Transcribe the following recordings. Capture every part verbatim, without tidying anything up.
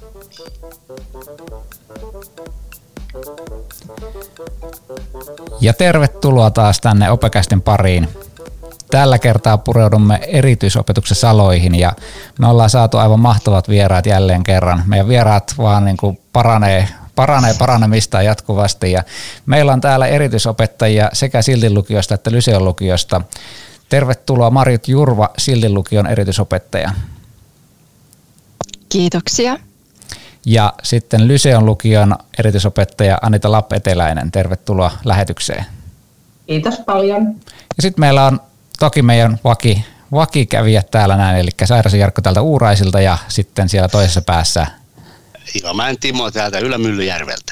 Ja tervetuloa taas tänne Opekästin pariin. Tällä kertaa pureudumme erityisopetuksen saloihin ja me ollaan saatu aivan mahtavat vieraat jälleen kerran. Meidän vieraat vaan niin kuin paranee, paranee paranemista jatkuvasti ja meillä on täällä erityisopettajia sekä Sildin lukiosta että Lyseon lukiosta. Tervetuloa Marjut Jurva, Sildin lukion erityisopettaja. Kiitoksia. Ja sitten Lyseon lukion erityisopettaja Anita Lapp-Eteläinen. Tervetuloa lähetykseen. Kiitos paljon. Ja sitten meillä on toki meidän vaki, vakikävijät täällä näin, eli Sairasen Jarkko täältä Uuraisilta ja sitten siellä toisessa päässä Ilomäen Timo täältä Ylä-Myllyjärveltä.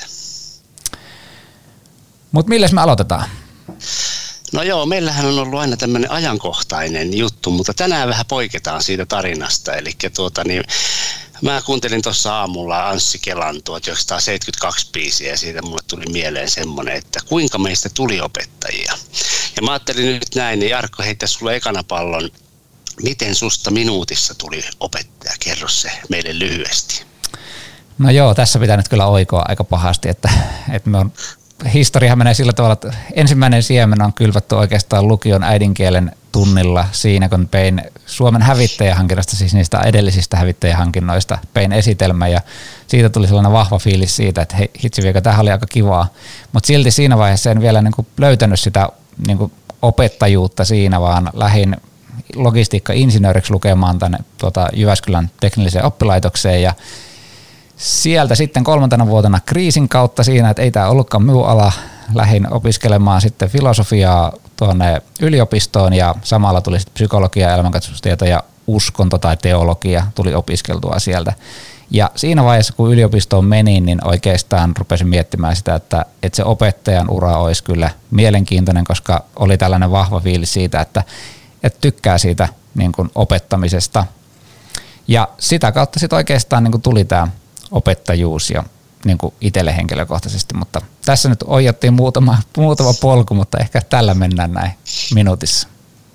Mutta milles me aloitetaan? No joo, meillähän on ollut aina tämmöinen ajankohtainen juttu, mutta tänään vähän poiketaan siitä tarinasta. Eli tuota, niin, mä kuuntelin tuossa aamulla Anssi Kelan tuhatyhdeksänsataaseitsemänkymmentäkaksi biisiä ja siitä mulle tuli mieleen semmoinen, että kuinka meistä tuli opettajia. Ja mä ajattelin nyt näin, niin Jarkko heittää sulle ekana pallon. Miten susta minuutissa tuli opettaja? Kerro se meille lyhyesti. No joo, tässä pitää nyt kyllä oikoa aika pahasti, että, että me on, historiahan menee sillä tavalla, että ensimmäinen siemen on kylvätty oikeastaan lukion äidinkielen tunnilla siinä, kun pein Suomen hävittäjähankinnasta, siis niistä edellisistä hävittäjähankinnoista, pein esitelmä ja siitä tuli sellainen vahva fiilis siitä, että hei, hitsi viekö, tämähän oli aika kivaa, mutta silti siinä vaiheessa en vielä niin kuin löytänyt sitä niin kuin opettajuutta siinä, vaan lähdin logistiikka-insinööriksi lukemaan tänne tuota Jyväskylän teknilliseen oppilaitokseen ja sieltä sitten kolmantena vuotena kriisin kautta siinä, että ei tämä ollutkaan minun ala, lähdin opiskelemaan sitten filosofiaa tuonne yliopistoon ja samalla tuli sitten psykologia, elämänkatsomustietö ja uskonto tai teologia tuli opiskeltua sieltä. Ja siinä vaiheessa, kun yliopistoon menin, niin oikeastaan rupesin miettimään sitä, että, että se opettajan ura olisi kyllä mielenkiintoinen, koska oli tällainen vahva fiilis siitä, että, että tykkää siitä niin kuin opettamisesta. Ja sitä kautta sitten oikeastaan niin kuin tuli tämä opettajuus jo niin kuin itselle henkilökohtaisesti, mutta tässä nyt oijattiin muutama, muutama polku, mutta ehkä tällä mennään näin minuutissa.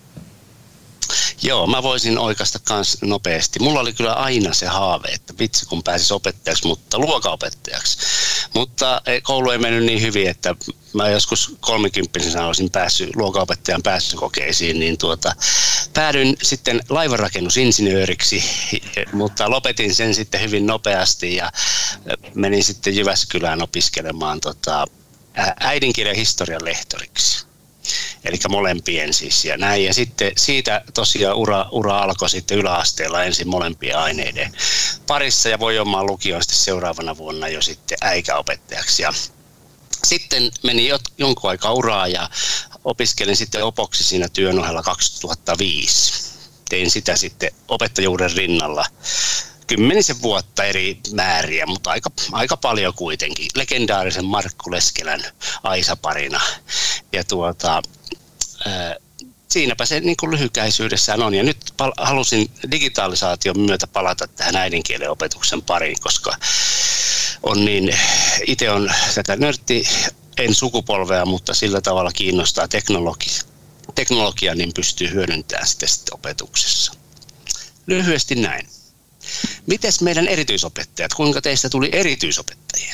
Joo, mä voisin oikaista kans nopeasti. Mulla oli kyllä aina se haave, että vitsi kun pääsis opettajaksi, mutta luokanopettajaksi. Mutta koulu ei mennyt niin hyvin, että mä joskus kolmikymppisenä olisin päässyt luokanopettajan pääsykokeisiin, niin tuota, päädyin sitten laivanrakennusinsinööriksi, mutta lopetin sen sitten hyvin nopeasti ja menin sitten Jyväskylään opiskelemaan tota, äidinkielen historian lehtoriksi. Eli molempien siis ja näin. Ja sitten siitä tosiaan ura, ura alkoi sitten yläasteella ensin molempien aineiden parissa ja voi omaan lukioon sitten seuraavana vuonna jo sitten äikäopettajaksi. Ja sitten meni jonkun aikaa uraa ja opiskelin sitten opoksi siinä työn ohella kaksituhattaviisi. Tein sitä sitten opettajuuden rinnalla kymmenisen vuotta eri määriä, mutta aika, aika paljon kuitenkin. Legendaarisen Markku Leskelän Aisa-parina. Ja tuota, ää, siinäpä se niin kuin lyhykäisyydessään on. Ja nyt pal- halusin digitalisaation myötä palata tähän äidinkielen opetuksen pariin, koska on niin, itse on tätä nörtti, en sukupolvea, mutta sillä tavalla kiinnostaa teknologi- teknologia, niin pystyy hyödyntämään sitä sitten opetuksessa. Lyhyesti näin. Mites meidän erityisopettajat? Kuinka teistä tuli erityisopettajia?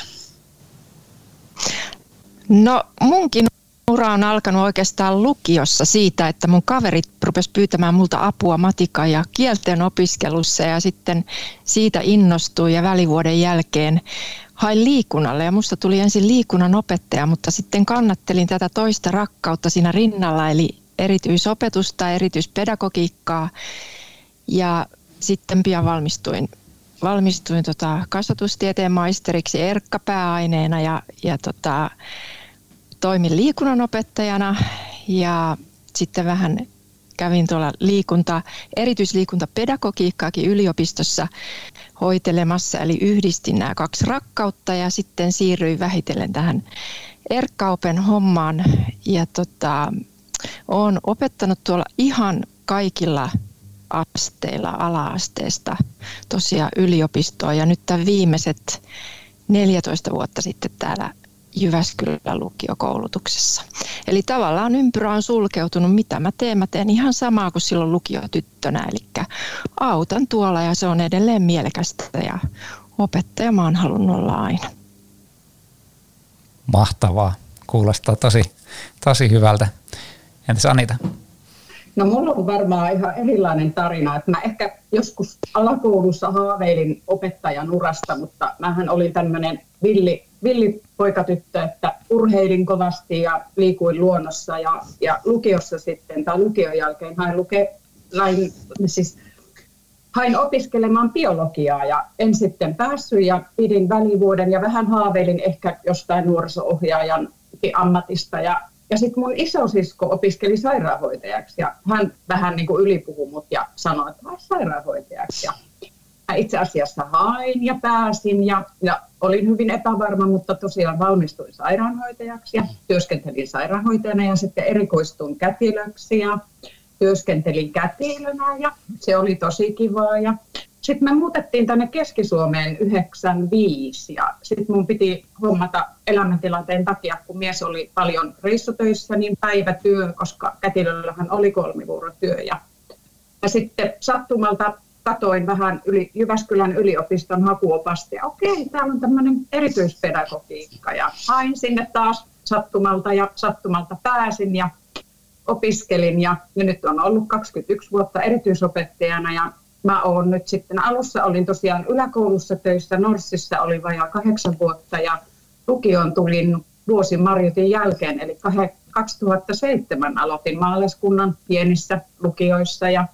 No munkin ura on alkanut oikeastaan lukiossa siitä, että mun kaverit rupes pyytämään multa apua matikan ja kielten opiskelussa ja sitten siitä innostui ja välivuoden jälkeen hain liikunnalle ja musta tuli ensin liikunnan opettaja, mutta sitten kannattelin tätä toista rakkautta siinä rinnalla eli erityisopetusta, erityispedagogiikkaa ja sitten pian valmistuin, valmistuin tota kasvatustieteen maisteriksi Erkka pääaineena ja, ja tota, toimin liikunnanopettajana ja sitten vähän kävin tuolla liikunta, erityisliikuntapedagogiikkaakin yliopistossa hoitelemassa, eli yhdistin nämä kaksi rakkautta ja sitten siirryin vähitellen tähän Erkka-open hommaan ja tota, olen opettanut tuolla ihan kaikilla asteilla ala-asteesta tosiaan yliopistoon ja nyt tämän viimeiset neljätoista vuotta sitten täällä Jyväskylän lukiokoulutuksessa. Eli tavallaan ympyrä on sulkeutunut, mitä mä teen. Mä teen ihan samaa kuin silloin lukiotyttönä, eli autan tuolla ja se on edelleen mielekästä ja opettaja mä oon halunnut olla aina. Mahtavaa. Kuulostaa tosi, tosi hyvältä. Entäs Anita? No mulla on varmaan ihan erilainen tarina, että mä ehkä joskus alakoulussa haaveilin opettajan urasta, mutta mähän olin tämmöinen villi, villi poikatyttö, että urheilin kovasti ja liikuin luonnossa ja, ja lukiossa sitten, tai lukion jälkeen hain, luke, lain, siis, hain opiskelemaan biologiaa ja en sitten päässyt ja pidin välivuoden ja vähän haaveilin ehkä jostain nuoriso-ohjaajan ammatista ja Ja sitten mun isosisko opiskeli sairaanhoitajaksi ja hän vähän niin kuin ylipuhui mut ja sanoi, että hae sairaanhoitajaksi. Ja mä itse asiassa hain ja pääsin ja, ja olin hyvin epävarma, mutta tosiaan valmistuin sairaanhoitajaksi ja työskentelin sairaanhoitajana ja sitten erikoistuin kätilöksi ja työskentelin kätilönä ja se oli tosi kivaa. Ja sitten me muutettiin tänne Keski-Suomeen yhdeksänkymmentäviisi ja sitten mun piti hommata elämäntilanteen takia, kun mies oli paljon reissutöissä, niin päivätyö, koska kätilöllähän oli kolmivuorotyö. Ja, ja sitten sattumalta katoin vähän yli Jyväskylän yliopiston hakuopasta ja okei, täällä on tämmöinen erityispedagogiikka ja hain sinne taas sattumalta ja sattumalta pääsin ja opiskelin ja, ja nyt on ollut kaksikymmentäyksi vuotta erityisopettajana ja mä oon nyt sitten, alussa olin tosiaan yläkoulussa töissä, Norssissa oli vajaa kahdeksan vuotta ja lukioon tulin vuosi Marjutin jälkeen, eli kaksituhattaseitsemän aloitin maalaiskunnan pienissä lukioissa ja,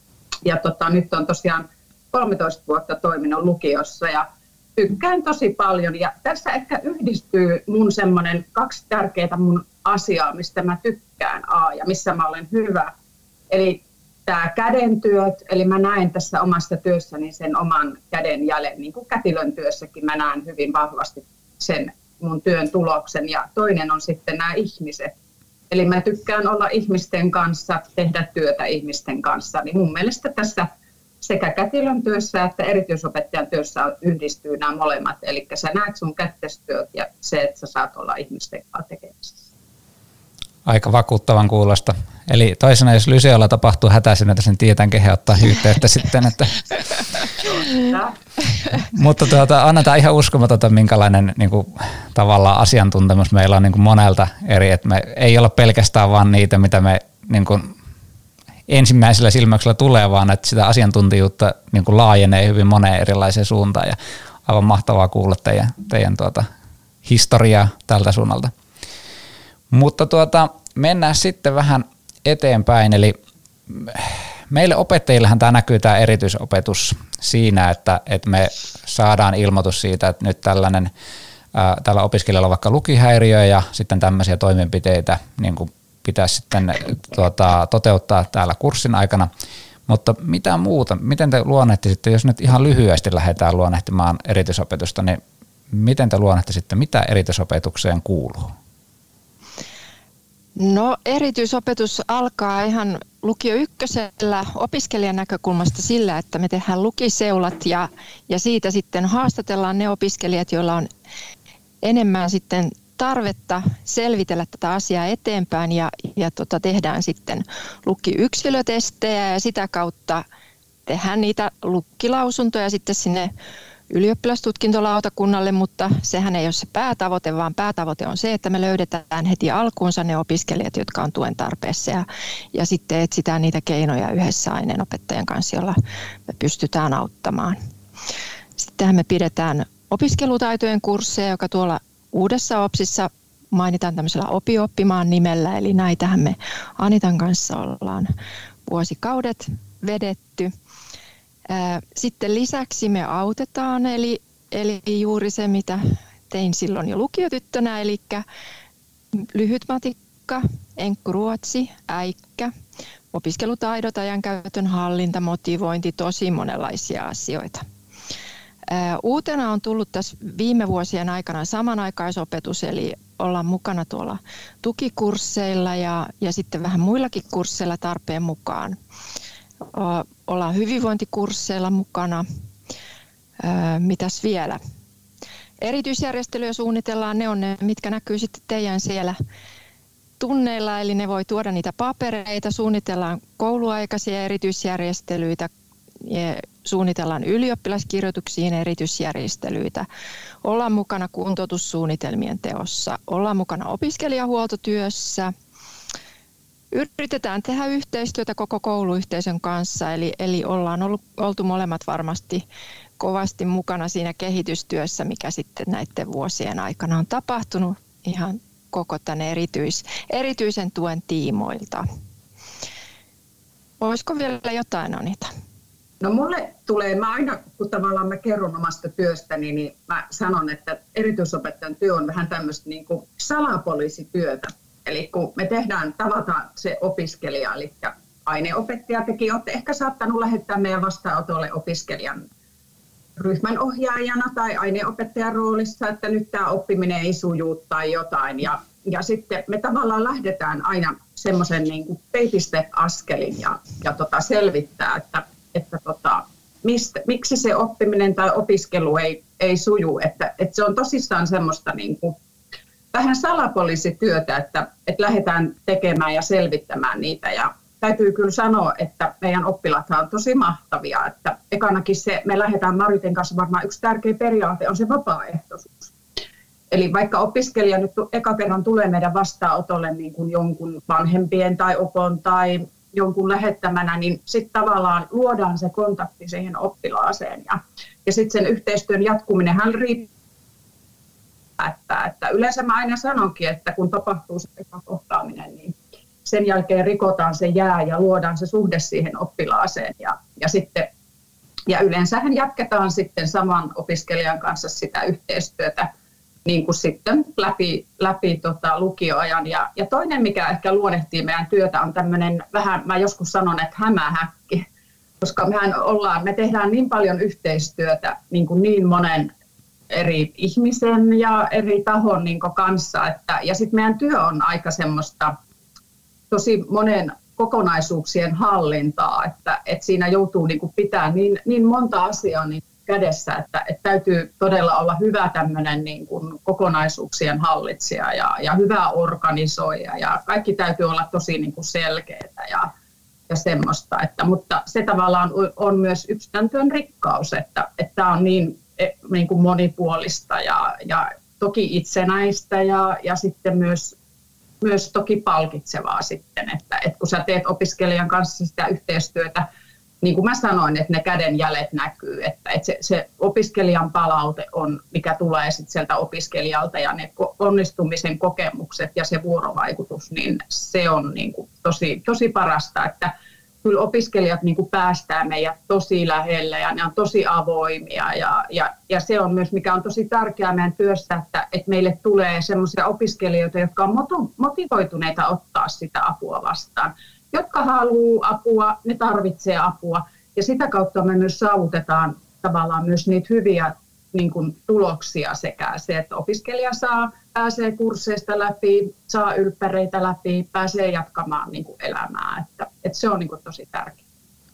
ja tota, nyt on tosiaan kolmetoista vuotta toiminut lukiossa ja tykkään tosi paljon ja tässä ehkä yhdistyy mun semmoinen kaksi tärkeää mun asiaa, mistä mä tykkään A ja missä mä olen hyvä, eli tämä kädentyöt, eli mä näen tässä omassa työssäni sen oman kädenjäljen, niin kuin kätilön työssäkin mä näen hyvin vahvasti sen mun työn tuloksen. Ja toinen on sitten nämä ihmiset. Eli mä tykkään olla ihmisten kanssa, tehdä työtä ihmisten kanssa. Niin mun mielestä tässä sekä kätilön työssä että erityisopettajan työssä yhdistyy nämä molemmat. Eli sä näet sun kättestyöt ja se, että sä saat olla ihmisten kanssa tekemisissä. Aika vakuuttavan kuulosta. Eli toisena, jos Lyseolla tapahtuu hätäisyyttä, sen tietään, kehen ottaa yhteyttä sitten. Että mutta tuota, annetaan ihan uskomatonta, minkälainen niin kuin, tavallaan asiantuntemus meillä on niin kuin monelta eri. Että me ei olla pelkästään vaan niitä, mitä me niin kuin, ensimmäisellä silmäyksellä tulee, vaan että sitä asiantuntijuutta niin kuin, laajenee hyvin moneen erilaiseen suuntaan. Ja aivan mahtavaa kuulla teidän, teidän tuota, historiaa tältä suunnalta. Mutta tuota, mennään sitten vähän eteenpäin, eli meille opettajillehan tämä näkyy tämä erityisopetus siinä, että, että me saadaan ilmoitus siitä, että nyt tällainen, ää, tällä opiskelijalla on vaikka lukihäiriö ja sitten tämmöisiä toimenpiteitä niin kuin pitäisi sitten tuota, toteuttaa täällä kurssin aikana, mutta mitä muuta, miten te luonnehtisitte, jos nyt ihan lyhyesti lähdetään luonnehtimaan erityisopetusta, niin miten te luonnehtisitte, mitä erityisopetukseen kuuluu? No erityisopetus alkaa ihan lukio ykkösellä opiskelijan näkökulmasta sillä, että me tehdään lukiseulat ja, ja siitä sitten haastatellaan ne opiskelijat, joilla on enemmän sitten tarvetta selvitellä tätä asiaa eteenpäin ja, ja tota, tehdään sitten lukiyksilötestejä ja sitä kautta tehdään niitä lukkilausuntoja sitten sinne ylioppilastutkintolautakunnalle, mutta sehän ei ole se päätavoite, vaan päätavoite on se, että me löydetään heti alkuunsa ne opiskelijat, jotka on tuen tarpeessa ja, ja sitten etsitään niitä keinoja yhdessä aineenopettajan kanssa, jolla me pystytään auttamaan. Sittenhän me pidetään opiskelutaitojen kursseja, joka tuolla uudessa opsissa mainitaan tämmöisellä Opi oppimaan nimellä, eli näitähän me Anitan kanssa ollaan vuosikaudet vedetty. Sitten lisäksi me autetaan, eli, eli juuri se, mitä tein silloin jo lukiotyttönä, eli lyhyt matikka, enkkuruotsi, äikkä, opiskelutaidot, ajankäytön hallinta, motivointi, tosi monenlaisia asioita. Uutena on tullut tässä viime vuosien aikana samanaikaisopetus, eli ollaan mukana tuolla tukikursseilla ja, ja sitten vähän muillakin kursseilla tarpeen mukaan. Ollaan hyvinvointikursseilla mukana. Mitäs vielä? Erityisjärjestelyjä suunnitellaan, ne on ne, mitkä näkyy sitten teidän siellä tunneilla, eli ne voi tuoda niitä papereita, suunnitellaan kouluaikaisia erityisjärjestelyitä suunnitellaan ylioppilaskirjoituksiin erityisjärjestelyitä, ollaan mukana kuntoutussuunnitelmien teossa, ollaan mukana opiskelijahuoltotyössä, yritetään tehdä yhteistyötä koko kouluyhteisön kanssa, eli, eli ollaan ollut, oltu molemmat varmasti kovasti mukana siinä kehitystyössä, mikä sitten näiden vuosien aikana on tapahtunut ihan koko tämän erityis, erityisen tuen tiimoilta. Olisiko vielä jotain, Anita? No mulle tulee, mä aina kun tavallaan mä kerron omasta työstäni, niin mä sanon, että erityisopettajan työ on vähän tämmöistä niin kuin salapoliisityötä. Eli kun me tehdään, tavataan se opiskelija, eli aineopettaja teki, olette ehkä saattanut lähettää meidän vastaanotolle opiskelijan ryhmänohjaajana tai aineopettajan roolissa, että nyt tämä oppiminen ei suju tai jotain. Ja, ja sitten me tavallaan lähdetään aina semmoisen niin kuin baby step askelin ja, ja tota selvittää, että, että tota, mistä, miksi se oppiminen tai opiskelu ei, ei suju. Että, että se on tosissaan semmoista niin kuin vähän salapoliisityötä, että, että lähdetään tekemään ja selvittämään niitä. Ja täytyy kyllä sanoa, että meidän oppilaat on tosi mahtavia. Että ekanakin se, me lähdetään Mariten kanssa varmaan yksi tärkeä periaate on se vapaaehtoisuus. Eli vaikka opiskelija nyt eka kerran tulee meidän vastaanotolle niin kuin jonkun vanhempien tai opon tai jonkun lähettämänä, niin sitten tavallaan luodaan se kontakti siihen oppilaaseen. Ja, ja sitten sen yhteistyön jatkuminen hän riippuu. Että, että yleensä mä aina sanonkin, että kun tapahtuu se eka kohtaaminen, niin sen jälkeen rikotaan se jää ja luodaan se suhde siihen oppilaaseen. Ja, ja, sitten, ja yleensähän jatketaan sitten saman opiskelijan kanssa sitä yhteistyötä niin kuin sitten läpi, läpi tota lukioajan. Ja, ja toinen, mikä ehkä luonnehtii meidän työtä, on tämmöinen vähän, mä joskus sanon, että hämähäkki, koska mehän ollaan, me tehdään niin paljon yhteistyötä niin, kuin niin monen eri ihmisen ja eri tahon niin kuin kanssa, että, ja sitten meidän työ on aika semmoista tosi monen kokonaisuuksien hallintaa, että, että siinä joutuu niin kuin pitää niin, niin monta asiaa niin kädessä, että, että täytyy todella olla hyvä tämmöinen niin kuin kokonaisuuksien hallitsija ja, ja hyvä organisoija ja kaikki täytyy olla tosi niin kuin selkeää ja, ja semmoista, että, mutta se tavallaan on, on myös yksi tämän työn rikkaus, että, että tämä on niin, niin kuin monipuolista ja, ja toki itsenäistä ja, ja sitten myös myös toki palkitsevaa sitten, että, että kun sä teet opiskelijan kanssa sitä yhteistyötä, niin kuin mä sanoin, että ne kädenjäljet näkyy, että, että se, se opiskelijan palaute on, mikä tulee sitten sieltä opiskelijalta ja ne onnistumisen kokemukset ja se vuorovaikutus, niin se on niin kuin tosi, tosi parasta, että kyllä opiskelijat niin kuin päästää meidät tosi lähelle ja ne on tosi avoimia ja, ja, ja se on myös, mikä on tosi tärkeää meidän työstä, että, että meille tulee semmoisia opiskelijoita, jotka on motivoituneita ottaa sitä apua vastaan, jotka haluaa apua, ne tarvitsee apua ja sitä kautta me myös saavutetaan tavallaan myös niitä hyviä niin kuin tuloksia sekä se, että opiskelija saa, pääsee kursseista läpi, saa ylppäreitä läpi, pääsee jatkamaan niin kuin elämää, että, että se on niin kuin tosi tärkeää.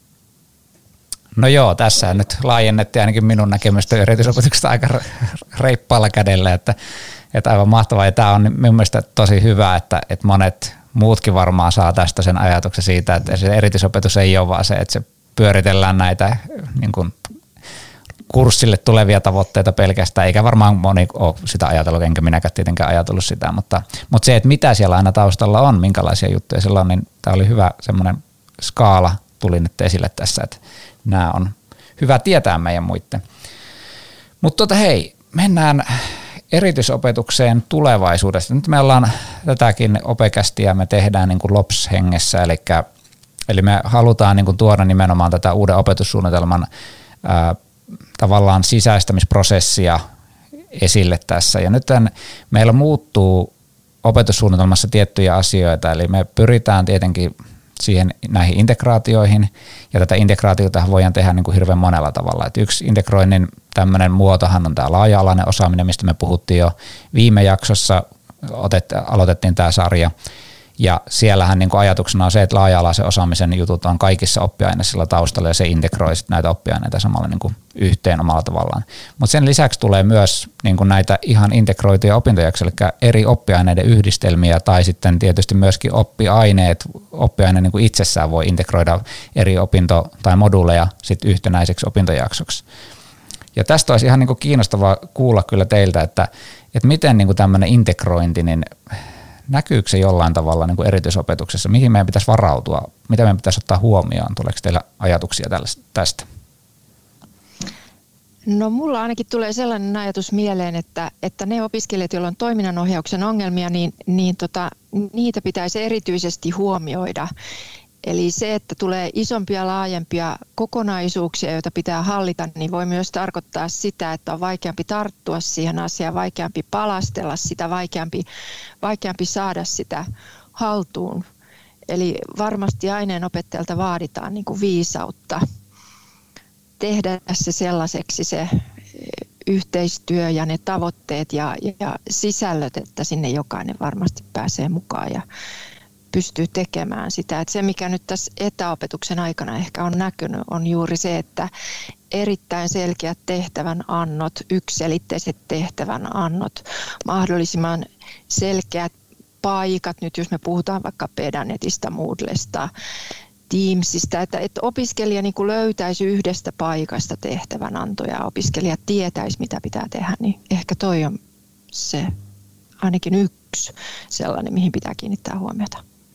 No joo, tässä nyt laajennettiin ainakin minun näkemystä erityisopetuksesta aika reippaalla kädellä, että, että aivan mahtavaa ja tämä on minun mielestä tosi hyvä, että, että monet muutkin varmaan saa tästä sen ajatuksen siitä, että se erityisopetus ei ole vaan se, että se pyöritellään näitä niin kuin kurssille tulevia tavoitteita pelkästään, eikä varmaan moni ole sitä ajatellut, enkä minäkään tietenkään ajatellut sitä, mutta, mutta se, että mitä siellä aina taustalla on, minkälaisia juttuja siellä on, niin tämä oli hyvä semmoinen skaala, tuli nyt esille tässä, että nämä on hyvä tietää meidän muiden. Mutta tota hei, mennään erityisopetukseen tulevaisuudesta. Nyt me ollaan tätäkin opekästiä, me tehdään niin kuin L O P S-hengessä, eli, eli me halutaan niin kuin tuoda nimenomaan tätä uuden opetussuunnitelman ää, tavallaan sisäistämisprosessia esille tässä. Ja nyt meillä muuttuu opetussuunnitelmassa tiettyjä asioita, eli me pyritään tietenkin siihen näihin integraatioihin, ja tätä integraatiota voidaan tehdä niin kuin hirveän monella tavalla. Et yksi integroinnin tämmöinen muotohan on tämä laaja-alainen osaaminen, mistä me puhuttiin jo viime jaksossa, otet, aloitettiin tämä sarja, Ja siellähän niin kuin ajatuksena on se, että laaja-alaisen osaamisen jutut on kaikissa oppiaineissa sillä taustalla ja se integroi näitä oppiaineita samalla niin kuin yhteen omalla tavallaan. Mutta sen lisäksi tulee myös niin kuin näitä ihan integroituja opintojaksoja, eli eri oppiaineiden yhdistelmiä tai sitten tietysti myöskin oppiaineet, oppiaine niin kuin itsessään voi integroida eri opinto- tai moduuleja sitten yhtenäiseksi opintojaksoksi. Ja tästä olisi ihan niin kuin kiinnostavaa kuulla kyllä teiltä, että, että miten niin kuin tämmöinen integrointi, niin näkyykö se jollain tavalla niin kuin erityisopetuksessa? Mihin meidän pitäisi varautua? Mitä meidän pitäisi ottaa huomioon? Tuleeko teillä ajatuksia tästä? No mulla ainakin tulee sellainen ajatus mieleen, että, että ne opiskelijat, joilla on toiminnanohjauksen ongelmia, niin, niin tota, niitä pitäisi erityisesti huomioida. Eli se, että tulee isompia, laajempia kokonaisuuksia, joita pitää hallita, niin voi myös tarkoittaa sitä, että on vaikeampi tarttua siihen asiaan, vaikeampi palastella sitä, vaikeampi, vaikeampi saada sitä haltuun. Eli varmasti aineenopettajalta vaaditaan niin kuin viisautta tehdä se sellaiseksi se yhteistyö ja ne tavoitteet ja, ja sisällöt, että sinne jokainen varmasti pääsee mukaan ja pystyy tekemään sitä. Että se, mikä nyt tässä etäopetuksen aikana ehkä on näkynyt, on juuri se, että erittäin selkeät tehtävän annot, yksiselitteiset tehtävän annot, mahdollisimman selkeät paikat, nyt jos me puhutaan vaikka Pedanetista, Moodlesta, Teamsista, että, että opiskelija niin kuin löytäisi yhdestä paikasta tehtävänantoja ja opiskelija tietäisi, mitä pitää tehdä, niin ehkä toi on se ainakin yksi sellainen, mihin pitää kiinnittää huomiota.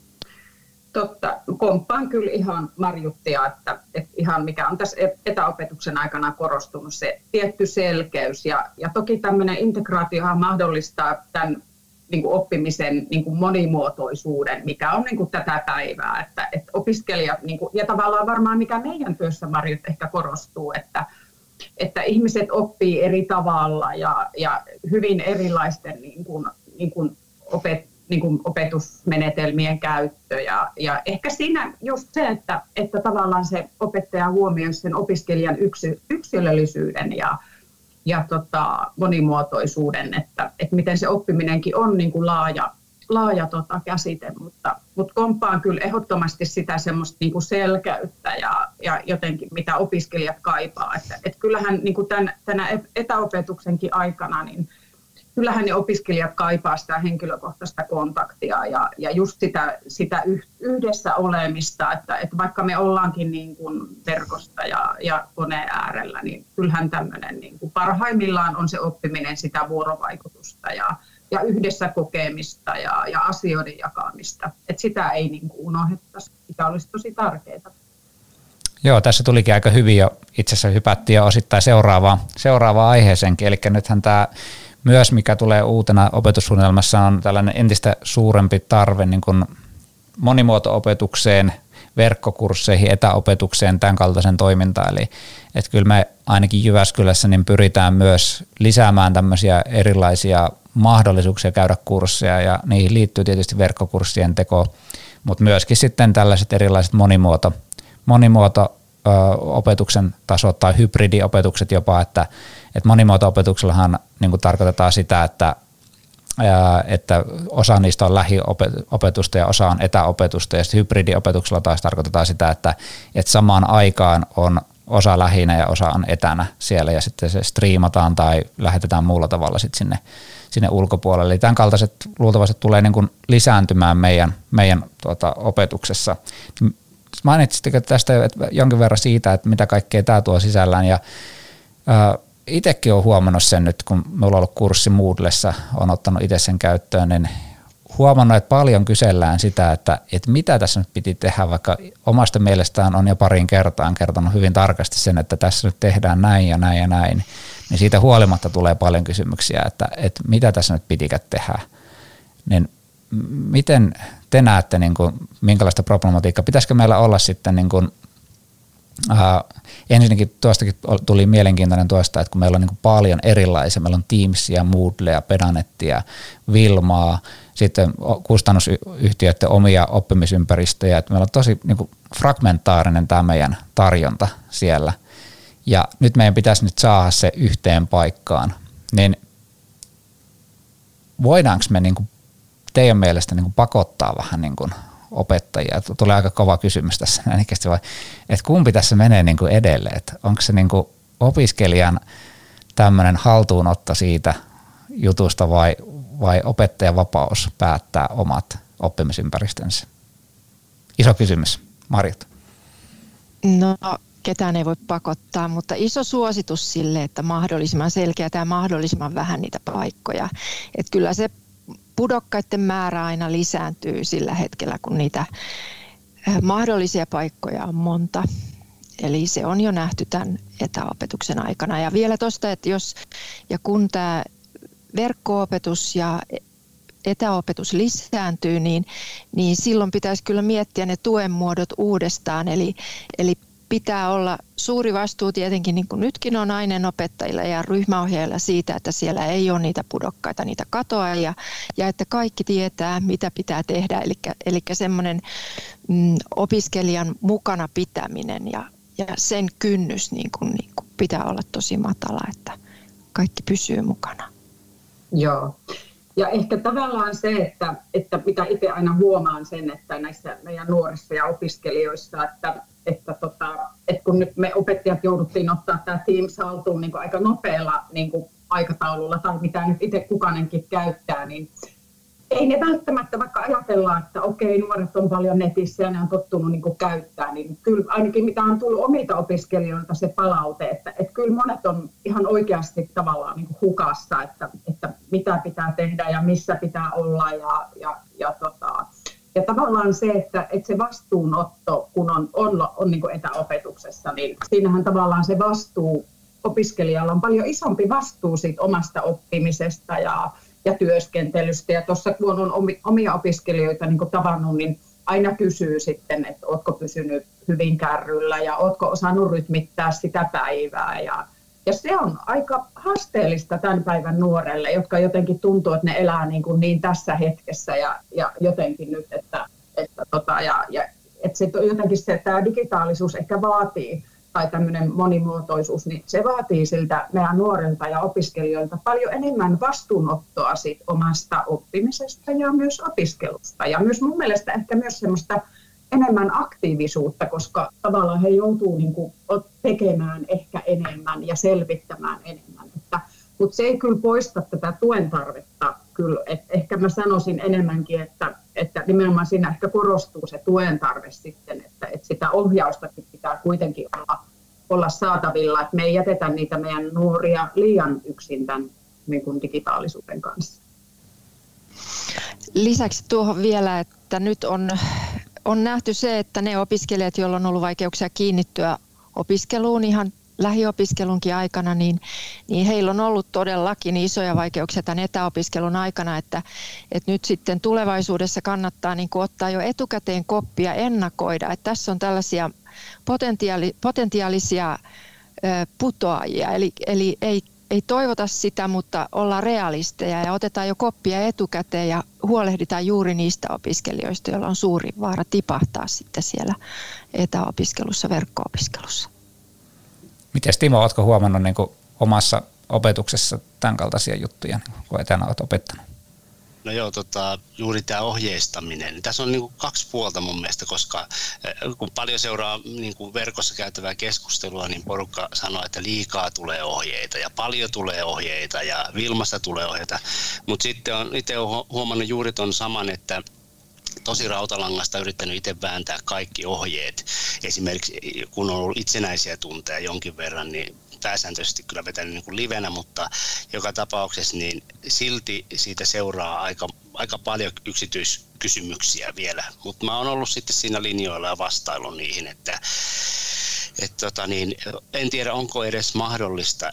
Totta. Komppaan kyllä ihan Marjuttia, että, että ihan mikä on tässä etäopetuksen aikana korostunut, se tietty selkeys. Ja, ja toki tämmöinen integraatiohan mahdollistaa tämän niin kuin oppimisen niin kuin monimuotoisuuden, mikä on niin kuin tätä päivää. Että, että opiskelijat, niin kuin, ja tavallaan varmaan mikä meidän työssä, Marjut, ehkä korostuu, että, että ihmiset oppii eri tavalla ja, ja hyvin erilaisten niin kuin, niin kuin opet, niin kuin opetusmenetelmien käyttö. Ja, ja ehkä siinä just se, että, että tavallaan se opettaja huomioi sen opiskelijan yksi, yksilöllisyyden ja, ja tota, monimuotoisuuden, että, että miten se oppiminenkin on niin kuin laaja, laaja tota, käsite, mutta, mutta komppaan kyllä ehdottomasti sitä semmoista niin kuin selkeyttä ja, ja jotenkin mitä opiskelijat kaipaa. Että, että kyllähän niin kuin tämän, tänä etäopetuksenkin aikana, niin kyllähän ne opiskelijat kaipaa sitä henkilökohtaista kontaktia ja, ja just sitä, sitä yhdessä olemista, että, että vaikka me ollaankin niin kuin verkosta ja, ja koneen äärellä, niin kyllähän tämmöinen niin kuin parhaimmillaan on se oppiminen sitä vuorovaikutusta ja, ja yhdessä kokemista ja, ja asioiden jakamista. Että sitä ei niin kuin unohdettaisi, mikä olisi tosi tärkeää. Joo, tässä tulikin aika hyvin jo, itse asiassa hypättiin jo osittain seuraavaan, seuraavaan aiheeseenkin, eli nyt tämä myös, mikä tulee uutena opetussuunnitelmassa, on tällainen entistä suurempi tarve niin kuin monimuoto-opetukseen, verkkokursseihin, etäopetukseen, tämän kaltaisen toimintaan. Eli että kyllä me ainakin Jyväskylässä niin pyritään myös lisäämään tämmöisiä erilaisia mahdollisuuksia käydä kursseja, ja niihin liittyy tietysti verkkokurssien teko, mutta myöskin sitten tällaiset erilaiset monimuoto, monimuoto opetuksen tasot tai hybridiopetukset jopa, että, että monimuoto-opetuksellahan niin kuin tarkoitetaan sitä, että, ää, että osa niistä on lähiopetusta ja osa on etäopetusta, ja sitten hybridiopetuksella taas tarkoitetaan sitä, että, että samaan aikaan on osa lähinä ja osa on etänä siellä, ja sitten se striimataan tai lähetetään muulla tavalla sitten sinne, sinne ulkopuolelle. Eli tämän kaltaiset luultavasti tulee niin kuin lisääntymään meidän, meidän tuota, opetuksessa. Mainitsitteko tästä jonkin verran siitä, että mitä kaikkea tämä tuo sisällään, ja itsekin olen huomannut sen nyt, kun minulla on ollut kurssi Moodlessa, olen ottanut itse sen käyttöön, niin huomannut, että paljon kysellään sitä, että, että mitä tässä nyt piti tehdä, vaikka omasta mielestään on jo parin kertaan kertonut hyvin tarkasti sen, että tässä nyt tehdään näin ja näin ja näin, niin siitä huolimatta tulee paljon kysymyksiä, että, että mitä tässä nyt pitikään tehdä, niin miten te näette, niin kuin, minkälaista problematiikkaa? Pitäisikö meillä olla sitten, niin kuin, äh, ensinnäkin tuostakin tuli mielenkiintoinen tuosta, että kun meillä on niin kuin paljon erilaisia, meillä on Teamsia, Moodlea, Pedanettia, Wilmaa, sitten kustannusyhtiöiden omia oppimisympäristöjä, että meillä on tosi niin kuin fragmentaarinen tämä meidän tarjonta siellä, ja nyt meidän pitäisi nyt saada se yhteen paikkaan, niin voidaanko me niin kuin teidän mielestä niin kuin pakottaa vähän niin kuin opettajia? Tulee aika kova kysymys tässä näinikästi, vai että kumpi tässä menee niin kuin edelle? Että onko se niin kuin opiskelijan tämmöinen haltuunotto siitä jutusta vai, vai opettajan vapaus päättää omat oppimisympäristönsä? Iso kysymys. Marjut. No, ketään ei voi pakottaa, mutta iso suositus sille, että mahdollisimman selkeä ja mahdollisimman vähän niitä paikkoja. Että kyllä se pudokkaiden määrä aina lisääntyy sillä hetkellä, kun niitä mahdollisia paikkoja on monta. Eli se on jo nähty tämän etäopetuksen aikana. Ja vielä tuosta, että jos ja kun tämä verkko-opetus ja etäopetus lisääntyy, niin, niin silloin pitäisi kyllä miettiä ne tuen muodot uudestaan. Eli, eli pitää olla suuri vastuu tietenkin, niin kuin nytkin on aineenopettajilla ja ryhmäohjaajilla siitä, että siellä ei ole niitä pudokkaita, niitä katoajia, ja että kaikki tietää, mitä pitää tehdä. Eli, eli semmoinen mm, opiskelijan mukana pitäminen ja, ja sen kynnys niin kuin, niin kuin pitää olla tosi matala, että kaikki pysyy mukana. Joo. Ja ehkä tavallaan se, että, että mitä itse aina huomaan sen, että näissä meidän nuorissa ja opiskelijoissa, että, että, tota, että kun nyt me opettajat jouduttiin ottaa tämä Teams haltuun niin kuin aika nopealla niin kuin aikataululla tai mitä nyt itse kukainenkin käyttää, niin ei ne välttämättä, vaikka ajatellaan, että okei, nuoret on paljon netissä ja ne on tottunut niin kuin käyttää, niin kyllä ainakin mitä on tullut omilta opiskelijoilta se palaute, että, että kyllä monet on ihan oikeasti tavallaan niin kuin hukassa, että, että mitä pitää tehdä ja missä pitää olla ja, ja, ja, tota, ja tavallaan se, että, että se vastuunotto, kun on, on, on niin kuin etäopetuksessa, niin siinähän tavallaan se vastuu opiskelijalla on paljon isompi vastuu siitä omasta oppimisesta ja ja työskentelystä. Ja tuossa kun on omia opiskelijoita niin kuin tavannut, niin aina kysyy sitten, että ootko pysynyt hyvin kärryllä ja ootko osannut rytmittää sitä päivää. Ja, ja se on aika haasteellista tämän päivän nuorelle, jotka jotenkin tuntuu, että ne elää niin, kuin niin tässä hetkessä ja, ja jotenkin nyt, että, että, tota, ja, ja, että se, jotenkin se, tämä digitaalisuus ehkä vaatii tai tämmöinen monimuotoisuus, niin se vaatii siltä meidän nuorilta ja opiskelijoilta paljon enemmän vastuunottoa siitä omasta oppimisesta ja myös opiskelusta. Ja myös mun mielestä ehkä myös semmoista enemmän aktiivisuutta, koska tavallaan he joutuu niin kuin tekemään ehkä enemmän ja selvittämään enemmän. Että, mutta se ei kyllä poista tätä tuen tarvetta. Kyllä, että ehkä mä sanoisin enemmänkin, että, että nimenomaan siinä ehkä korostuu se tuen tarve sitten, että, että sitä ohjaustakin pitää kuitenkin olla, olla saatavilla, että me ei jätetä niitä meidän nuoria liian yksin tämän niin kuin digitaalisuuden kanssa. Lisäksi tuohon vielä, että nyt on, on nähty se, että ne opiskelijat, joilla on ollut vaikeuksia kiinnittyä opiskeluun ihan lähiopiskelunkin aikana, niin, niin heillä on ollut todellakin isoja vaikeuksia tämän etäopiskelun aikana, että, että nyt sitten tulevaisuudessa kannattaa niin kuin ottaa jo etukäteen koppia, ennakoida, että tässä on tällaisia potentiaali, potentiaalisia ö, putoajia, eli, eli ei, ei toivota sitä, mutta ollaan realisteja ja otetaan jo koppia etukäteen ja huolehditaan juuri niistä opiskelijoista, joilla on suuri vaara tipahtaa sitten siellä etäopiskelussa, verkko-opiskelussa. Miten Timo, oletko huomannut niin kuin omassa opetuksessa tämän kaltaisia juttuja, kun etänä olet opettanut? No joo, tota, juuri tämä ohjeistaminen. Tässä on niin kuin kaksi puolta mun mielestä, koska kun paljon seuraa niin kuin verkossa käytävää keskustelua, niin porukka sanoo, että liikaa tulee ohjeita ja paljon tulee ohjeita ja Vilmasta tulee ohjeita. Mutta sitten on itse huomannut juuri ton saman, että tosi rautalangasta yrittänyt itse vääntää kaikki ohjeet. Esimerkiksi kun on ollut itsenäisiä tunteja jonkin verran, niin pääsääntöisesti kyllä vetänyt niin kuin livenä, mutta joka tapauksessa niin silti siitä seuraa aika, aika paljon yksityiskysymyksiä vielä. Mutta mä oon ollut sitten siinä linjoilla ja vastaillut niihin, että et tota niin, en tiedä onko edes mahdollista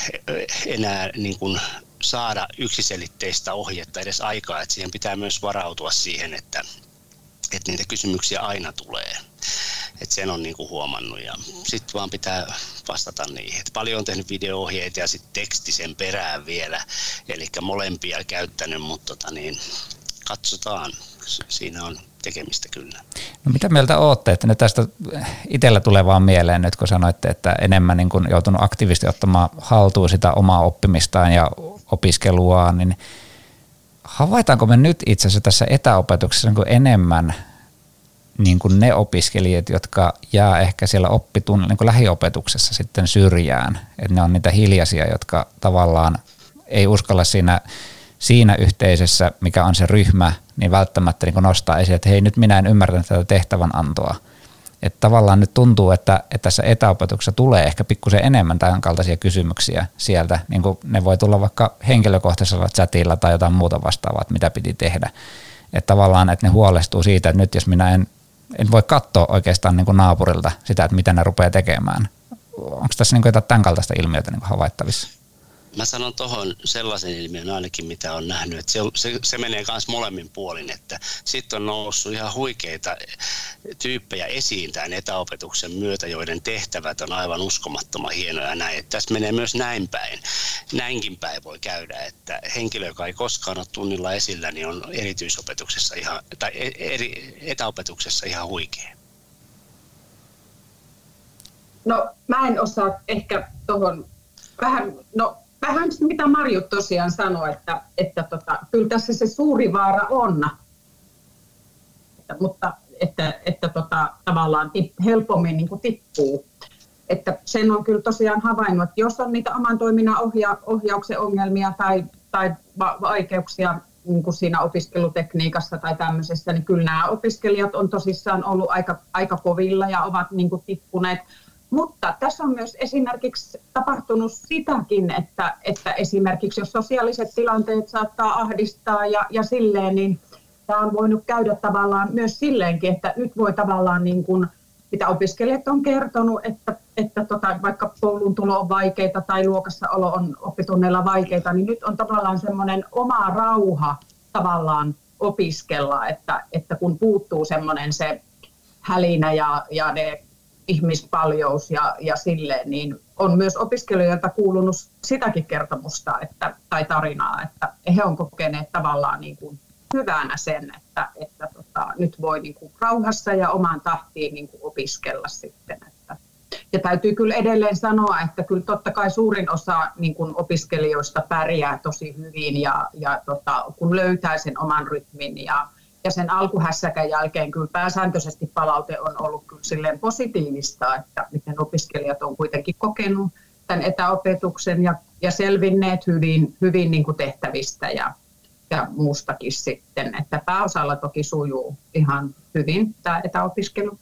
enää niin kuin saada yksiselitteistä ohjetta edes aikaa, että siihen pitää myös varautua siihen, että, että niitä kysymyksiä aina tulee. Että sen on niinku huomannut ja sitten vaan pitää vastata niihin. Et paljon on tehnyt video-ohjeita ja sitten teksti sen perään vielä, eli molempia käyttänyt, mutta tota niin, katsotaan, siinä on tekemistä kyllä. No mitä mieltä olette, että nyt tästä itsellä tulee vaan mieleen nyt, kun sanoitte, että enemmän niin kun joutunut aktiivisesti ottamaan haltuun sitä omaa oppimistaan ja opiskeluaan, niin havaitaanko me nyt itse asiassa tässä etäopetuksessa niin enemmän niin kuin ne opiskelijat, jotka jää ehkä siellä oppitunnilla niin kuin lähiopetuksessa sitten syrjään, että ne on niitä hiljaisia, jotka tavallaan ei uskalla siinä, siinä yhteisössä, mikä on se ryhmä, niin välttämättä niin kuin nostaa esiin, että hei, nyt minä en ymmärtänyt tätä tehtävänantoa. Että tavallaan nyt tuntuu, että, että tässä etäopetuksessa tulee ehkä pikkusen enemmän tämän kaltaisia kysymyksiä sieltä, niin kuin ne voi tulla vaikka henkilökohtaisella chatilla tai jotain muuta vastaavaa, että mitä piti tehdä. Että tavallaan, että ne huolestuu siitä, että nyt jos minä en, en voi katsoa oikeastaan niin kuin naapurilta sitä, että mitä ne rupeaa tekemään. Onko tässä niin kuin jotain tämän kaltaista ilmiötä niin kuin havaittavissa? Mä sanon tuohon sellaisen ilmiön ainakin, mitä on nähnyt, että se, se, se menee myös molemmin puolin, että sitten on noussut ihan huikeita tyyppejä esiin tämän etäopetuksen myötä, joiden tehtävät on aivan uskomattoman hienoja näin. Että tässä menee myös näin päin. Näinkin päin voi käydä, että henkilö, joka ei koskaan ole tunnilla esillä, niin on erityisopetuksessa ihan, tai eri, etäopetuksessa ihan huikea. No mä en osaa ehkä tuohon vähän, no vähän mitä Marju tosiaan sanoi, että, että tota, kyllä tässä se suuri vaara on, että, mutta että, että tota, tavallaan tip, helpommin niin kuin tippuu. Että sen on kyllä tosiaan havainnut, että jos on niitä oman toiminnan ohja, ohjauksen ongelmia tai, tai va- vaikeuksia niin kuin siinä opiskelutekniikassa tai tämmöisessä, niin kyllä nämä opiskelijat on tosissaan ollut aika, aika kovilla ja ovat niin kuin tippuneet. Mutta tässä on myös esimerkiksi tapahtunut sitäkin, että, että esimerkiksi jos sosiaaliset tilanteet saattaa ahdistaa ja, ja silleen, niin tämä on voinut käydä tavallaan myös silleenkin, että nyt voi tavallaan niin kuin, mitä opiskelijat on kertonut, että, että tota, vaikka kouluun tulo on vaikeita tai luokassa olo on oppitunneilla vaikeita, niin nyt on tavallaan semmoinen oma rauha tavallaan opiskella, että, että kun puuttuu semmoinen se hälinä ja, ja ne ihmispaljous ja, ja silleen, niin on myös opiskelijoilta kuulunut sitäkin kertomusta että, tai tarinaa, että he on kokeneet tavallaan niin kuin hyvänä sen, että, että tota, nyt voi niin kuin rauhassa ja omaan tahtiin niin kuin opiskella sitten. Että. Ja täytyy kyllä edelleen sanoa, että kyllä totta kai suurin osa niin kuin opiskelijoista pärjää tosi hyvin ja, ja tota, kun löytää sen oman rytmin ja Ja sen alkuhässäkän jälkeen kyllä pääsääntöisesti palaute on ollut kyllä silleen positiivista, että miten opiskelijat on kuitenkin kokenut tämän etäopetuksen ja, ja selvinneet hyvin, hyvin niin kuin tehtävistä ja, ja muustakin sitten. Että pääosalla toki sujuu ihan hyvin tämä etäopiskelu.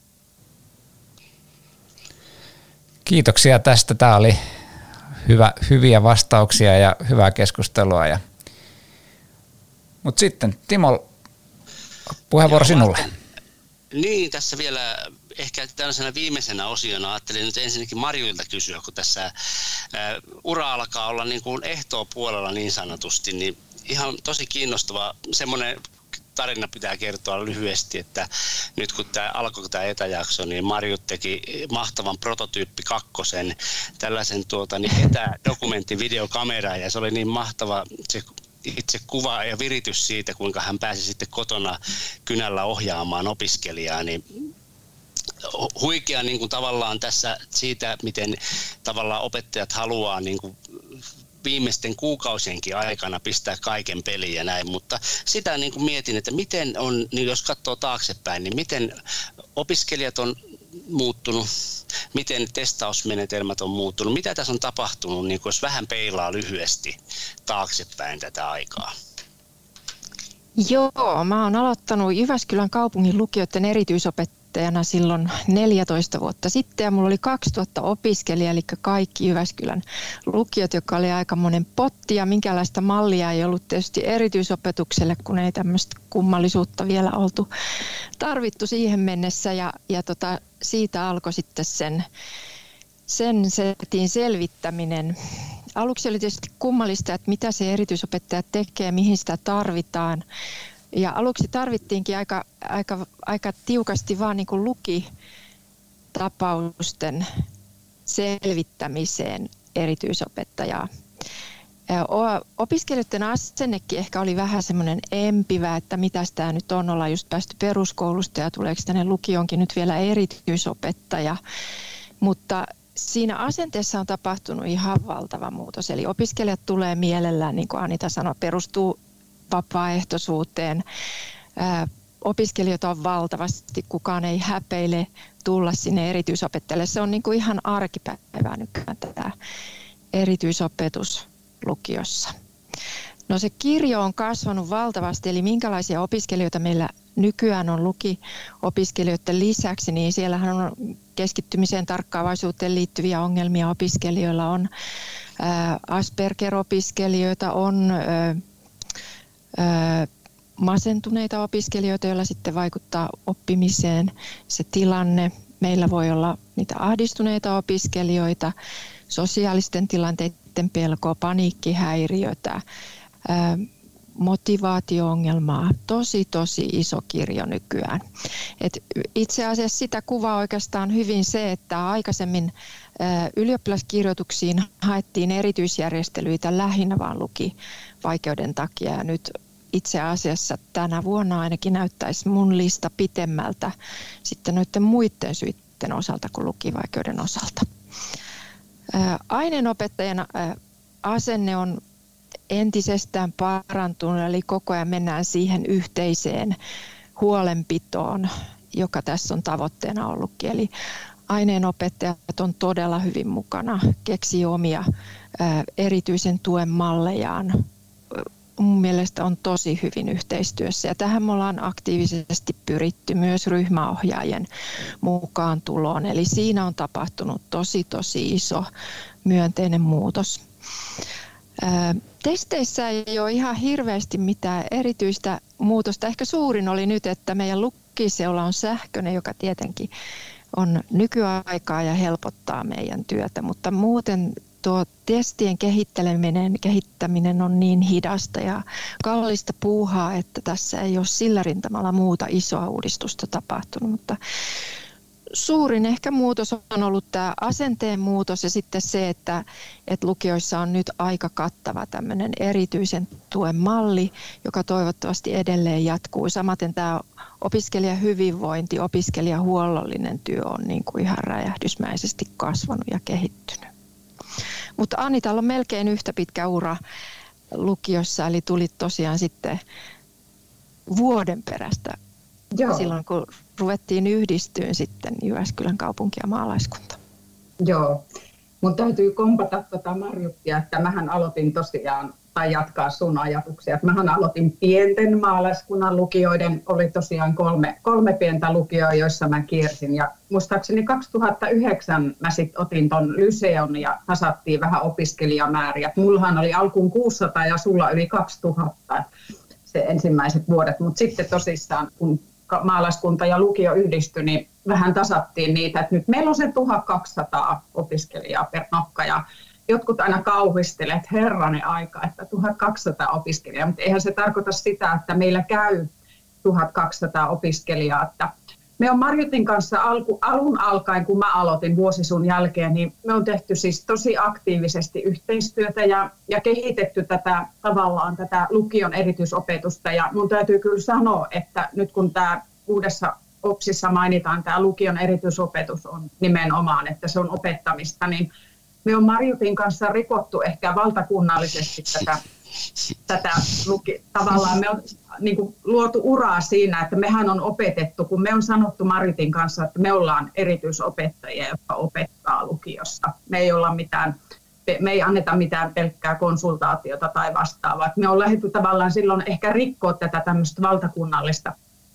Kiitoksia tästä. Tämä oli hyvä, hyviä vastauksia ja hyvää keskustelua. Ja... Mutta sitten Timo, puheenvuoro sinulle. Niin, tässä vielä ehkä tällaisena viimeisenä osiona ajattelin nyt ensinnäkin Marjuilta kysyä, kun tässä ää, ura alkaa olla niin kuin ehtoopuolella niin sanotusti, niin ihan tosi kiinnostava semmoinen tarina pitää kertoa lyhyesti, että nyt kun tämä alkoi tämä etäjakso, niin Marjut teki mahtavan prototyyppi kakkosen, tällaisen tuota, niin etädokumenttivideokameraa, ja se oli niin mahtava se itse kuva ja viritys siitä, kuinka hän pääsi sitten kotona kynällä ohjaamaan opiskelijaa, niin huikea niin kuin tavallaan tässä siitä, miten tavallaan opettajat haluaa niin kuin viimeisten kuukausienkin aikana pistää kaiken peliin ja näin, mutta sitä niin kuin mietin, että miten on, niin jos katsoo taaksepäin, niin miten opiskelijat on muuttunut, miten testausmenetelmät on muuttunut, mitä tässä on tapahtunut, niin jos vähän peilaa lyhyesti taaksepäin tätä aikaa. Joo, mä oon aloittanut Jyväskylän kaupungin lukioiden erityisopettajana silloin neljätoista vuotta sitten ja mulla oli kaksituhatta opiskelijaa, eli kaikki Jyväskylän lukiot, joka oli aika monen potti ja minkälaista mallia ei ollut tietysti erityisopetukselle, kun ei tämmöistä kummallisuutta vielä oltu tarvittu siihen mennessä ja, ja tota, siitä alkoi sitten sen, sen setin selvittäminen. Aluksi oli tietysti kummallista, että mitä se erityisopettaja tekee, mihin sitä tarvitaan. Ja aluksi tarvittiinkin aika, aika, aika tiukasti vaan niin kuin lukitapausten selvittämiseen erityisopettajaa. Opiskelijoiden asennekin ehkä oli vähän semmoinen empivä, että mitä tämä nyt on, ollaan just päästy peruskoulusta ja tuleeko tänne lukioonkin nyt vielä erityisopettaja. Mutta siinä asenteessa on tapahtunut ihan valtava muutos. Eli opiskelijat tulee mielellään, niin kuin Anita sanoi, perustuu vapaaehtoisuuteen. Opiskelijoita on valtavasti, kukaan ei häpeile tulla sinne erityisopettajalle. Se on niin kuin ihan arkipäivää nykyään tämä erityisopetus lukiossa. No se kirjo on kasvanut valtavasti, eli minkälaisia opiskelijoita meillä nykyään on lukiopiskelijoiden lisäksi, niin siellähän on keskittymiseen tarkkaavaisuuteen liittyviä ongelmia opiskelijoilla, on Asperger-opiskelijoita, on masentuneita opiskelijoita, joilla sitten vaikuttaa oppimiseen se tilanne. Meillä voi olla niitä ahdistuneita opiskelijoita, sosiaalisten tilanteiden pelkoa, paniikkihäiriötä, motivaatio-ongelmaa. Tosi, tosi iso kirjo nykyään. Et itse asiassa sitä kuvaa oikeastaan hyvin se, että aikaisemmin ylioppilaskirjoituksiin haettiin erityisjärjestelyitä lähinnä vaan lukivaikeuden takia. Ja nyt itse asiassa tänä vuonna ainakin näyttäisi mun lista pitemmältä sitten noiden muiden syiden osalta kuin lukivaikeuden osalta. Aineenopettajan asenne on entisestään parantunut, eli koko ajan mennään siihen yhteiseen huolenpitoon, joka tässä on tavoitteena ollutkin. Eli aineenopettajat on todella hyvin mukana, keksii omia erityisen tuen mallejaan. Mun mielestä on tosi hyvin yhteistyössä ja tähän me ollaan aktiivisesti pyritty myös ryhmäohjaajien mukaan tuloon. Eli siinä on tapahtunut tosi tosi iso myönteinen muutos. Testeissä ei ole ihan hirveästi mitään erityistä muutosta. Ehkä suurin oli nyt, että meidän lukiseula on sähköinen, joka tietenkin on nykyaikaa ja helpottaa meidän työtä, mutta muuten tuo testien kehitteleminen, kehittäminen on niin hidasta ja kallista puuhaa, että tässä ei ole sillä rintamalla muuta isoa uudistusta tapahtunut, mutta suurin ehkä muutos on ollut tämä asenteen muutos ja sitten se, että, että lukioissa on nyt aika kattava tämmöinen erityisen tuen malli, joka toivottavasti edelleen jatkuu. Samaten tämä opiskelijahyvinvointi, opiskelijahuollollinen työ on niin kuin ihan räjähdysmäisesti kasvanut ja kehittynyt. Mutta Anitalla on melkein yhtä pitkä ura lukiossa, eli tuli tosiaan sitten vuoden perästä. Joo. Silloin, kun ruvettiin yhdistyyn sitten Jyväskylän kaupunki ja maalaiskunta. Joo, mun täytyy kompata tuota Marjukkia, että mähän aloitin tosiaan, tai jatkaa sun ajatuksia, että mähän aloitin pienten maalaiskunnan lukioiden, oli tosiaan kolme, kolme pientä lukioa, joissa mä kiersin. Ja muistaakseni kaksituhattayhdeksän mä sitten otin ton Lyseon ja tasattiin vähän opiskelijamääriä. Mullahan oli alkuun kuusisataa ja sulla yli kaksituhatta se ensimmäiset vuodet, mutta sitten tosissaan kun maalaiskunta ja lukio yhdistyi, niin vähän tasattiin niitä, että nyt meillä on se tuhatkaksisataa opiskelijaa per nokka ja jotkut aina kauhistelee, että herranen aika, että tuhatkaksisataa opiskelijaa, mutta eihän se tarkoita sitä, että meillä käy tuhatkaksisataa opiskelijaa. Että me on Marjutin kanssa alku, alun alkaen, kun mä aloitin vuosi sun jälkeen, niin me on tehty siis tosi aktiivisesti yhteistyötä ja, ja kehitetty tätä tavallaan tätä lukion erityisopetusta. Ja mun täytyy kyllä sanoa, että nyt kun tämä uudessa OPSissa mainitaan, tämä lukion erityisopetus on nimenomaan, että se on opettamista, niin me on Marjutin kanssa rikottu ehkä valtakunnallisesti tätä, tätä luki, tavallaan me on niin kuin, luotu uraa siinä, että mehän on opetettu, kun me on sanottu Marjutin kanssa, että me ollaan erityisopettajia, jotka opettaa lukiossa. Me ei olla mitään, me ei anneta mitään pelkkää konsultaatiota tai vastaavaa. Me on lähdetty tavallaan silloin ehkä rikkoa tätä tämmöistä valtakunnallista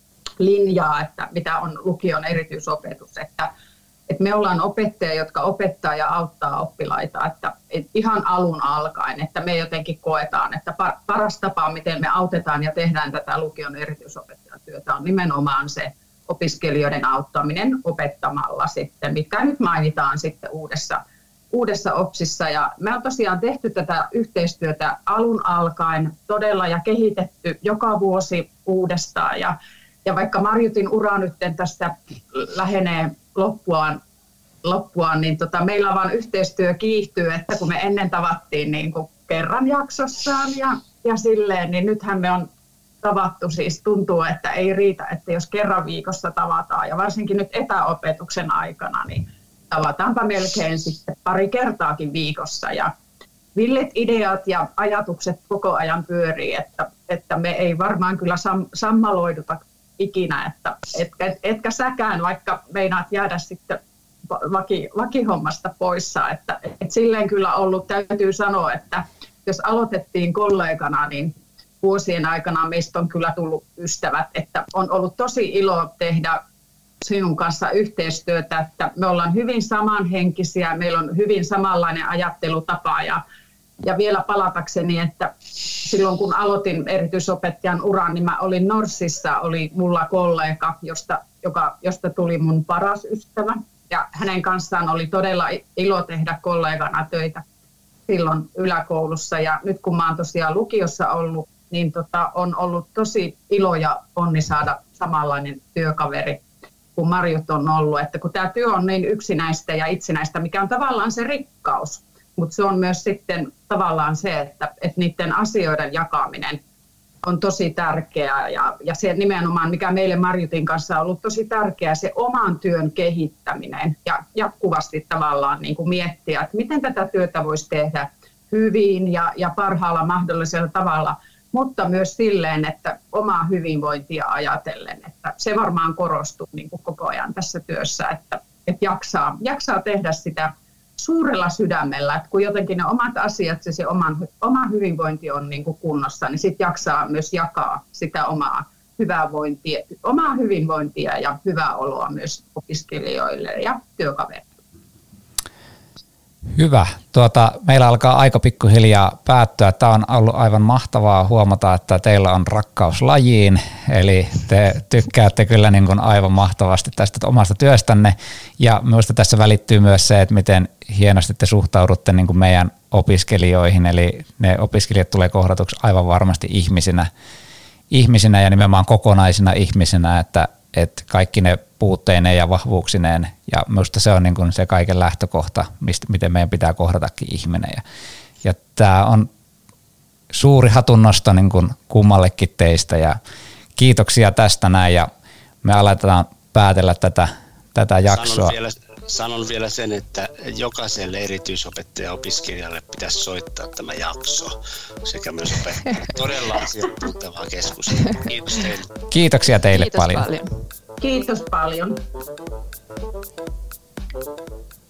linjaa, että mitä on lukion erityisopetus, että että me ollaan opettajia, jotka opettaa ja auttaa oppilaita, että, että ihan alun alkaen, että me jotenkin koetaan, että paras tapa, miten me autetaan ja tehdään tätä lukion erityisopettajatyötä, on nimenomaan se opiskelijoiden auttaminen opettamalla sitten, mitkä nyt mainitaan sitten uudessa, uudessa OPSissa. Ja me on tosiaan tehty tätä yhteistyötä alun alkaen todella ja kehitetty joka vuosi uudestaan. Ja, ja vaikka Marjutin ura nyt tässä lähenee loppuaan, loppuaan niin tota, meillä vaan yhteistyö kiihtyy, että kun me ennen tavattiin niin kuin kerran jaksossaan ja, ja silleen, niin nythän me on tavattu siis, tuntuu, että ei riitä, että jos kerran viikossa tavataan ja varsinkin nyt etäopetuksen aikana, niin tavataanpa melkein sitten pari kertaakin viikossa ja villit ideat ja ajatukset koko ajan pyörii, että, että me ei varmaan kyllä sam, sammaloiduta ikinä, että etkä, et, etkä säkään, vaikka meinaat jäädä sitten vaki, vakihommasta poissa. Että, et silleen kyllä ollut, täytyy sanoa, että jos aloitettiin kollegana, niin vuosien aikana meistä on kyllä tullut ystävät, että on ollut tosi ilo tehdä sinun kanssa yhteistyötä, että me ollaan hyvin samanhenkisiä, meillä on hyvin samanlainen ajattelutapa ja, ja vielä palatakseni, että silloin kun aloitin erityisopettajan uran, niin mä olin Norssissa, oli mulla kollega, josta, joka, josta tuli mun paras ystävä ja hänen kanssaan oli todella ilo tehdä kollegana töitä silloin yläkoulussa ja nyt kun mä oon tosiaan lukiossa ollut, niin tota, on ollut tosi ilo ja onni saada samanlainen työkaveri kuin Marjut on ollut, että kun tämä työ on niin yksinäistä ja itsenäistä, mikä on tavallaan se rikkaus, mutta se on myös sitten tavallaan se, että, että niiden asioiden jakaminen on tosi tärkeää ja, ja se nimenomaan, mikä meille Marjutin kanssa on ollut tosi tärkeää, se oman työn kehittäminen ja jatkuvasti tavallaan niin kuin miettiä, että miten tätä työtä voisi tehdä hyvin ja, ja parhaalla mahdollisella tavalla, mutta myös silleen, että omaa hyvinvointia ajatellen, että se varmaan korostuu niin kuin koko ajan tässä työssä, että, että jaksaa, jaksaa tehdä sitä suurella sydämellä, että kun jotenkin ne omat asiat, se, se oman, oma hyvinvointi on niin kuin kunnossa, niin sitten jaksaa myös jakaa sitä omaa hyvinvointia, omaa hyvinvointia ja hyvää oloa myös opiskelijoille ja työkavereille. Hyvä. Tuota, meillä alkaa aika pikkuhiljaa päättyä. Tämä on ollut aivan mahtavaa huomata, että teillä on rakkaus lajiin, eli te tykkäätte kyllä niin kuin aivan mahtavasti tästä omasta työstänne. Ja minusta tässä välittyy myös se, että miten hienosti te suhtaudutte niin kuin meidän opiskelijoihin, eli ne opiskelijat tulee kohdatuksi aivan varmasti ihmisinä, ihmisinä ja nimenomaan kokonaisina ihmisinä, että että kaikki ne puutteineen ja vahvuuksineen, ja minusta se on niin kuin se kaiken lähtökohta, mistä, miten meidän pitää kohdatakin ihminen. Ja, ja tämä on suuri hatunnosto niin kuin kummallekin teistä, ja kiitoksia tästä näin, ja me aletaan päätellä tätä, tätä jaksoa. Sanon vielä, sanon vielä sen, että jokaiselle erityisopettaja-opiskelijalle pitäisi soittaa tämä jakso, sekä myös opettajalle. Todella asiantuntevaa keskustelua. Kiitos teille. Kiitoksia teille Kiitos paljon. paljon. Kiitos paljon.